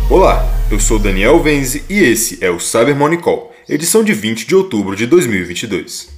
Olá, eu sou Daniel Venzi e esse é o Cyber Morning Call, edição de 20 de outubro de 2022.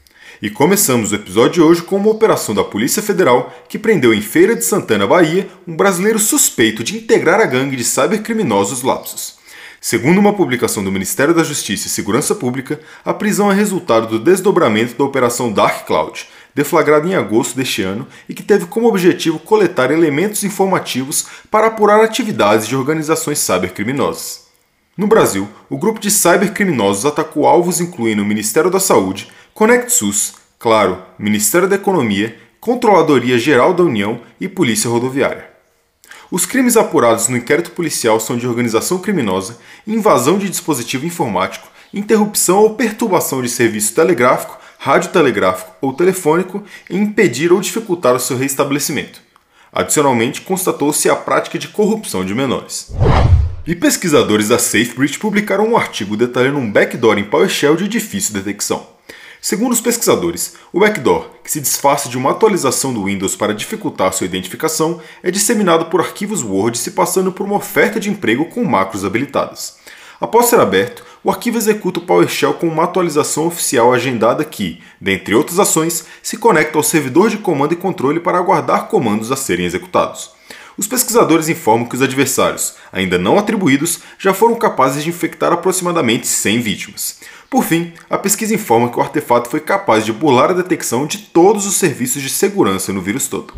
E começamos o episódio de hoje com uma operação da Polícia Federal que prendeu em Feira de Santana, Bahia, um brasileiro suspeito de integrar a gangue de cybercriminosos Lapsus. Segundo uma publicação do Ministério da Justiça e Segurança Pública, a prisão é resultado do desdobramento da Operação Dark Cloud, deflagrada em agosto deste ano e que teve como objetivo coletar elementos informativos para apurar atividades de organizações cybercriminosas. No Brasil, o grupo de cybercriminosos atacou alvos incluindo o Ministério da Saúde, ConectSUS, Claro, Ministério da Economia, Controladoria Geral da União e Polícia Rodoviária. Os crimes apurados no inquérito policial são de organização criminosa, invasão de dispositivo informático, interrupção ou perturbação de serviço telegráfico, radiotelegráfico ou telefônico e impedir ou dificultar o seu restabelecimento. Adicionalmente, constatou-se a prática de corrupção de menores. E pesquisadores da SafeBreach publicaram um artigo detalhando um backdoor em PowerShell de difícil detecção. Segundo os pesquisadores, o backdoor, que se disfarça de uma atualização do Windows para dificultar sua identificação, é disseminado por arquivos Word se passando por uma oferta de emprego com macros habilitadas. Após ser aberto, o arquivo executa o PowerShell com uma atualização oficial agendada que, dentre outras ações, se conecta ao servidor de comando e controle para aguardar comandos a serem executados. Os pesquisadores informam que os adversários, ainda não atribuídos, já foram capazes de infectar aproximadamente 100 vítimas. Por fim, a pesquisa informa que o artefato foi capaz de burlar a detecção de todos os serviços de segurança no vírus todo.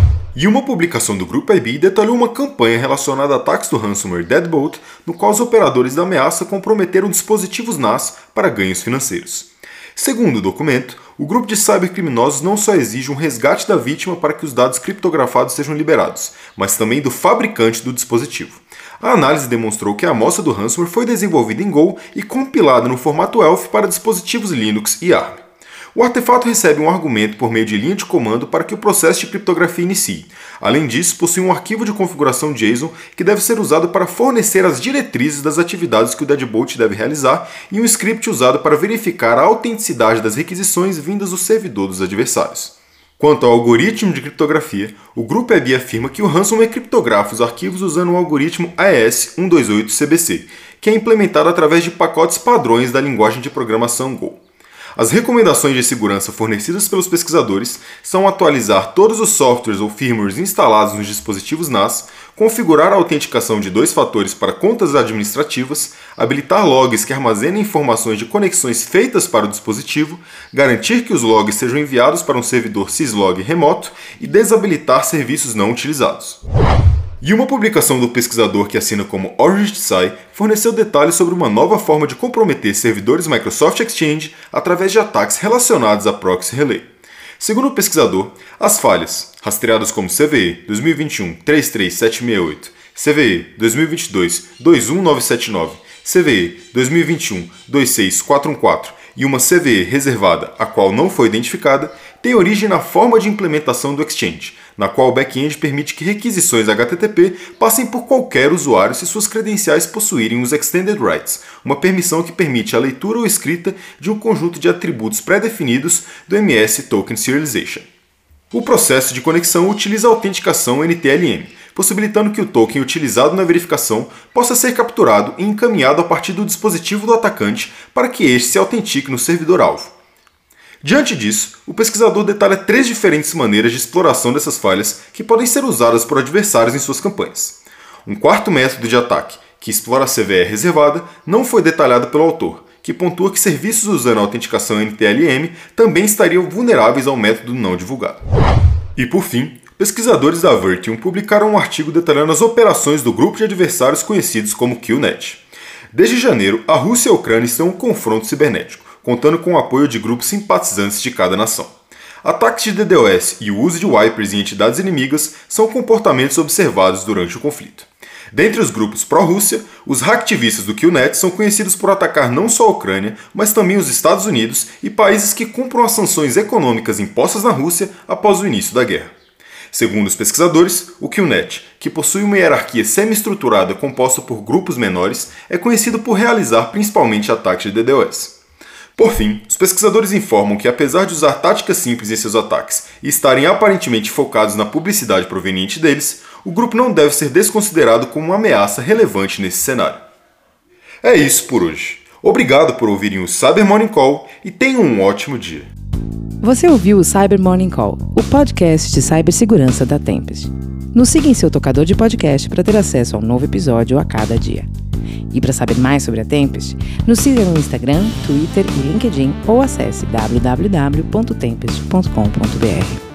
E uma publicação do Grupo IB detalhou uma campanha relacionada a ataques do ransomware Deadbolt, no qual os operadores da ameaça comprometeram dispositivos NAS para ganhos financeiros. Segundo o documento, o grupo de cybercriminosos não só exige um resgate da vítima para que os dados criptografados sejam liberados, mas também do fabricante do dispositivo. A análise demonstrou que a amostra do ransomware foi desenvolvida em Go e compilada no formato ELF para dispositivos Linux e ARM. O artefato recebe um argumento por meio de linha de comando para que o processo de criptografia inicie. Além disso, possui um arquivo de configuração JSON que deve ser usado para fornecer as diretrizes das atividades que o Deadbolt deve realizar e um script usado para verificar a autenticidade das requisições vindas do servidor dos adversários. Quanto ao algoritmo de criptografia, o Grupo IB afirma que o ransomware criptografa os arquivos usando o algoritmo AES-128-CBC, que é implementado através de pacotes padrões da linguagem de programação Go. As recomendações de segurança fornecidas pelos pesquisadores são atualizar todos os softwares ou firmwares instalados nos dispositivos NAS, configurar a autenticação de 2 fatores para contas administrativas, habilitar logs que armazenem informações de conexões feitas para o dispositivo, garantir que os logs sejam enviados para um servidor syslog remoto e desabilitar serviços não utilizados. E uma publicação do pesquisador que assina como Orange Tsai forneceu detalhes sobre uma nova forma de comprometer servidores Microsoft Exchange através de ataques relacionados a Proxy Relay. Segundo o pesquisador, as falhas, rastreadas como CVE 2021-33768, CVE 2022-21979, CVE 2021-26414 e uma CVE reservada, a qual não foi identificada, tem origem na forma de implementação do Exchange, na qual o back-end permite que requisições HTTP passem por qualquer usuário se suas credenciais possuírem os Extended Rights, uma permissão que permite a leitura ou escrita de um conjunto de atributos pré-definidos do MS Token Serialization. O processo de conexão utiliza a autenticação NTLM, possibilitando que o token utilizado na verificação possa ser capturado e encaminhado a partir do dispositivo do atacante para que este se autentique no servidor-alvo. Diante disso, o pesquisador detalha 3 diferentes maneiras de exploração dessas falhas que podem ser usadas por adversários em suas campanhas. Um quarto método de ataque, que explora a CVE reservada, não foi detalhado pelo autor, que pontua que serviços usando a autenticação NTLM também estariam vulneráveis ao método não divulgado. E por fim, pesquisadores da Vertium publicaram um artigo detalhando as operações do grupo de adversários conhecidos como Killnet. Desde janeiro, a Rússia e a Ucrânia estão em um confronto cibernético, contando com o apoio de grupos simpatizantes de cada nação. Ataques de DDoS e o uso de wipers em entidades inimigas são comportamentos observados durante o conflito. Dentre os grupos pró-Rússia, os hacktivistas do Killnet são conhecidos por atacar não só a Ucrânia, mas também os Estados Unidos e países que cumpram as sanções econômicas impostas na Rússia após o início da guerra. Segundo os pesquisadores, o Killnet, que possui uma hierarquia semi-estruturada composta por grupos menores, é conhecido por realizar principalmente ataques de DDoS. Por fim, os pesquisadores informam que, apesar de usar táticas simples em seus ataques e estarem aparentemente focados na publicidade proveniente deles, o grupo não deve ser desconsiderado como uma ameaça relevante nesse cenário. É isso por hoje. Obrigado por ouvirem o Cyber Morning Call e tenham um ótimo dia. Você ouviu o Cyber Morning Call, o podcast de cibersegurança da Tempest. Nos siga em seu tocador de podcast para ter acesso a um novo episódio a cada dia. E para saber mais sobre a Tempest, nos siga no Instagram, Twitter e LinkedIn ou acesse www.tempest.com.br.